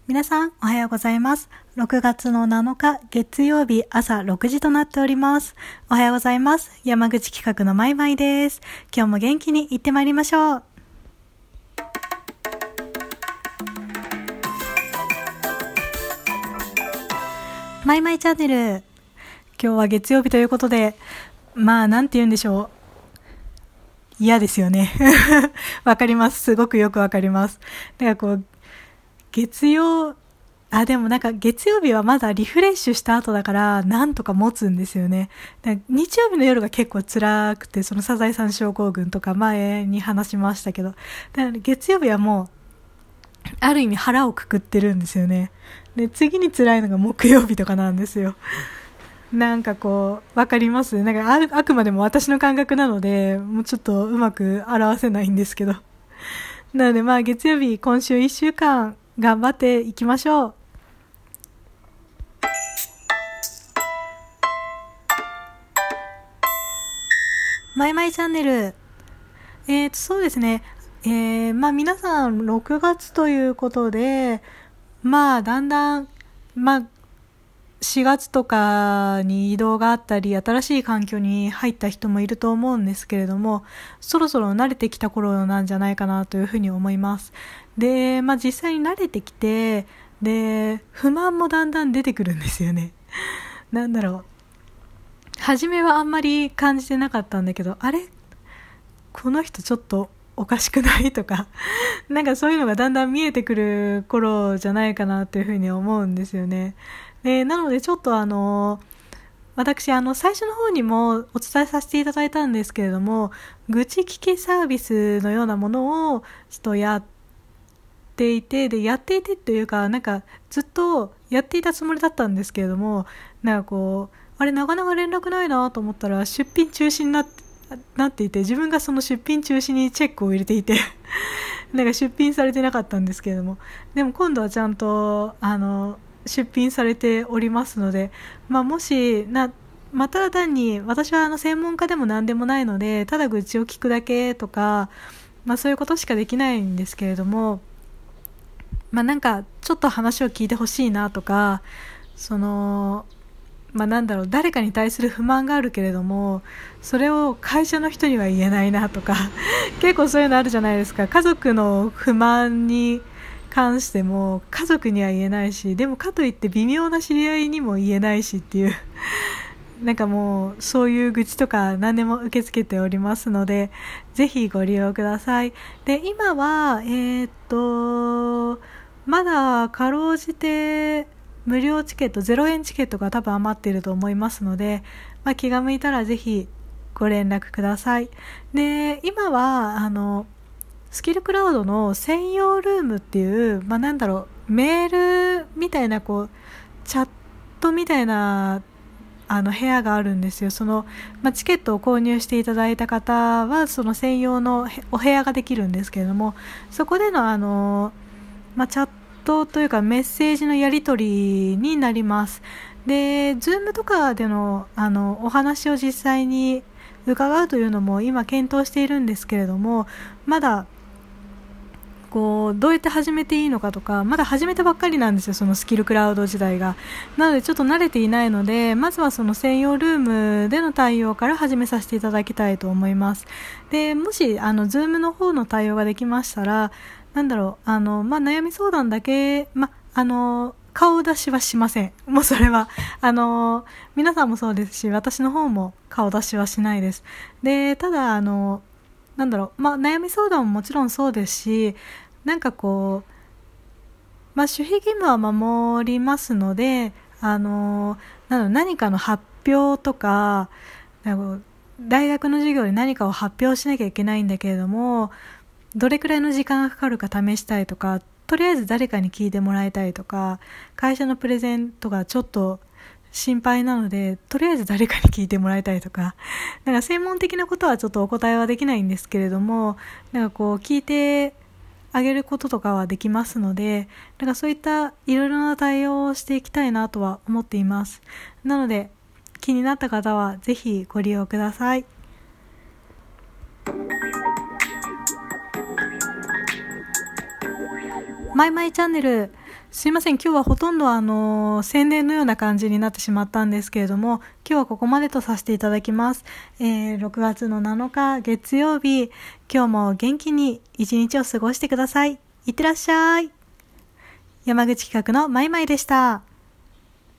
皆さんおはようございます。6月の7日月曜日朝6時となっております。おはようございます。山口企画のまいまいです。今日も元気に行ってまいりましょう。まいまいチャンネル。今日は月曜日ということで、なんて言うんでしょう。嫌ですよね。わかります。すごくよくわかります。月曜日はまだリフレッシュした後だからなんとか持つんですよね。日曜日の夜が結構辛くて、そのサザエさん症候群とか前に話しましたけど、だから月曜日はもうある意味腹をくくってるんですよね。で、次に辛いのが木曜日とかなんですよ。わかります？あくまでも私の感覚なので、もうちょっとうまく表せないんですけど。なので月曜日、今週1週間頑張っていきましょう。まいまいチャンネル。そうですね。皆さん6月ということで、だんだん、4月とかに移動があったり、新しい環境に入った人もいると思うんですけれども、そろそろ慣れてきた頃なんじゃないかなというふうに思います。で、実際に慣れてきて、で、不満もだんだん出てくるんですよね。初めはあんまり感じてなかったんだけど、あれ？この人ちょっとおかしくないとか、そういうのがだんだん見えてくる頃じゃないかなというふうに思うんですよね。で、なのでちょっと私最初の方にもお伝えさせていただいたんですけれども、愚痴聞きサービスのようなものをちょっとやっていて、で、やっていてというか、ずっとやっていたつもりだったんですけれども、あれなかなか連絡ないなと思ったら出品中止になっていて、自分がその出品中止にチェックを入れていて出品されてなかったんですけれども、でも今度はちゃんと出品されておりますので、もしただ単に私は専門家でも何でもないので、ただ愚痴を聞くだけとか、そういうことしかできないんですけれども、ちょっと話を聞いてほしいなとか、誰かに対する不満があるけれども、それを会社の人には言えないなとか結構そういうのあるじゃないですか。家族の不満に関しても家族には言えないし、でもかといって微妙な知り合いにも言えないしっていうもうそういう愚痴とか何でも受け付けておりますので、ぜひご利用ください。で、今はまだかろうじて無料チケット、0円チケットが多分余っていると思いますので、気が向いたらぜひご連絡ください。で、今はスキルクラウドの専用ルームっていう、メールみたいなチャットみたいな部屋があるんですよ。チケットを購入していただいた方はその専用のお部屋ができるんですけれども、そこでのチャットというかメッセージのやり取りになります。で、Zoom とかでのお話を実際に伺うというのも今検討しているんですけれども、まだどうやって始めていいのかとか、まだ始めたばっかりなんですよ、そのスキルクラウド時代が。なのでちょっと慣れていないので、まずはその専用ルームでの対応から始めさせていただきたいと思います。で、もしZoom の方の対応ができましたら、悩み相談だけ、顔出しはしません。もうそれは皆さんもそうですし、私の方も顔出しはしないです。で、ただ悩み相談ももちろんそうですし、守秘義務は守りますので、何かの発表とか、大学の授業で何かを発表しなきゃいけないんだけれども、どれくらいの時間がかかるか試したいとか、とりあえず誰かに聞いてもらいたいとか、会社のプレゼントがちょっと心配なのでとりあえず誰かに聞いてもらいたいとか、専門的なことはちょっとお答えはできないんですけれども、聞いてあげることとかはできますので、そういったいろいろな対応をしていきたいなとは思っています。なので気になった方はぜひご利用ください。 マイマイチャンネル。すいません、今日はほとんど宣伝のような感じになってしまったんですけれども、今日はここまでとさせていただきます。6月の7日月曜日、今日も元気に一日を過ごしてください。いってらっしゃい。山口企画のマイマイでした。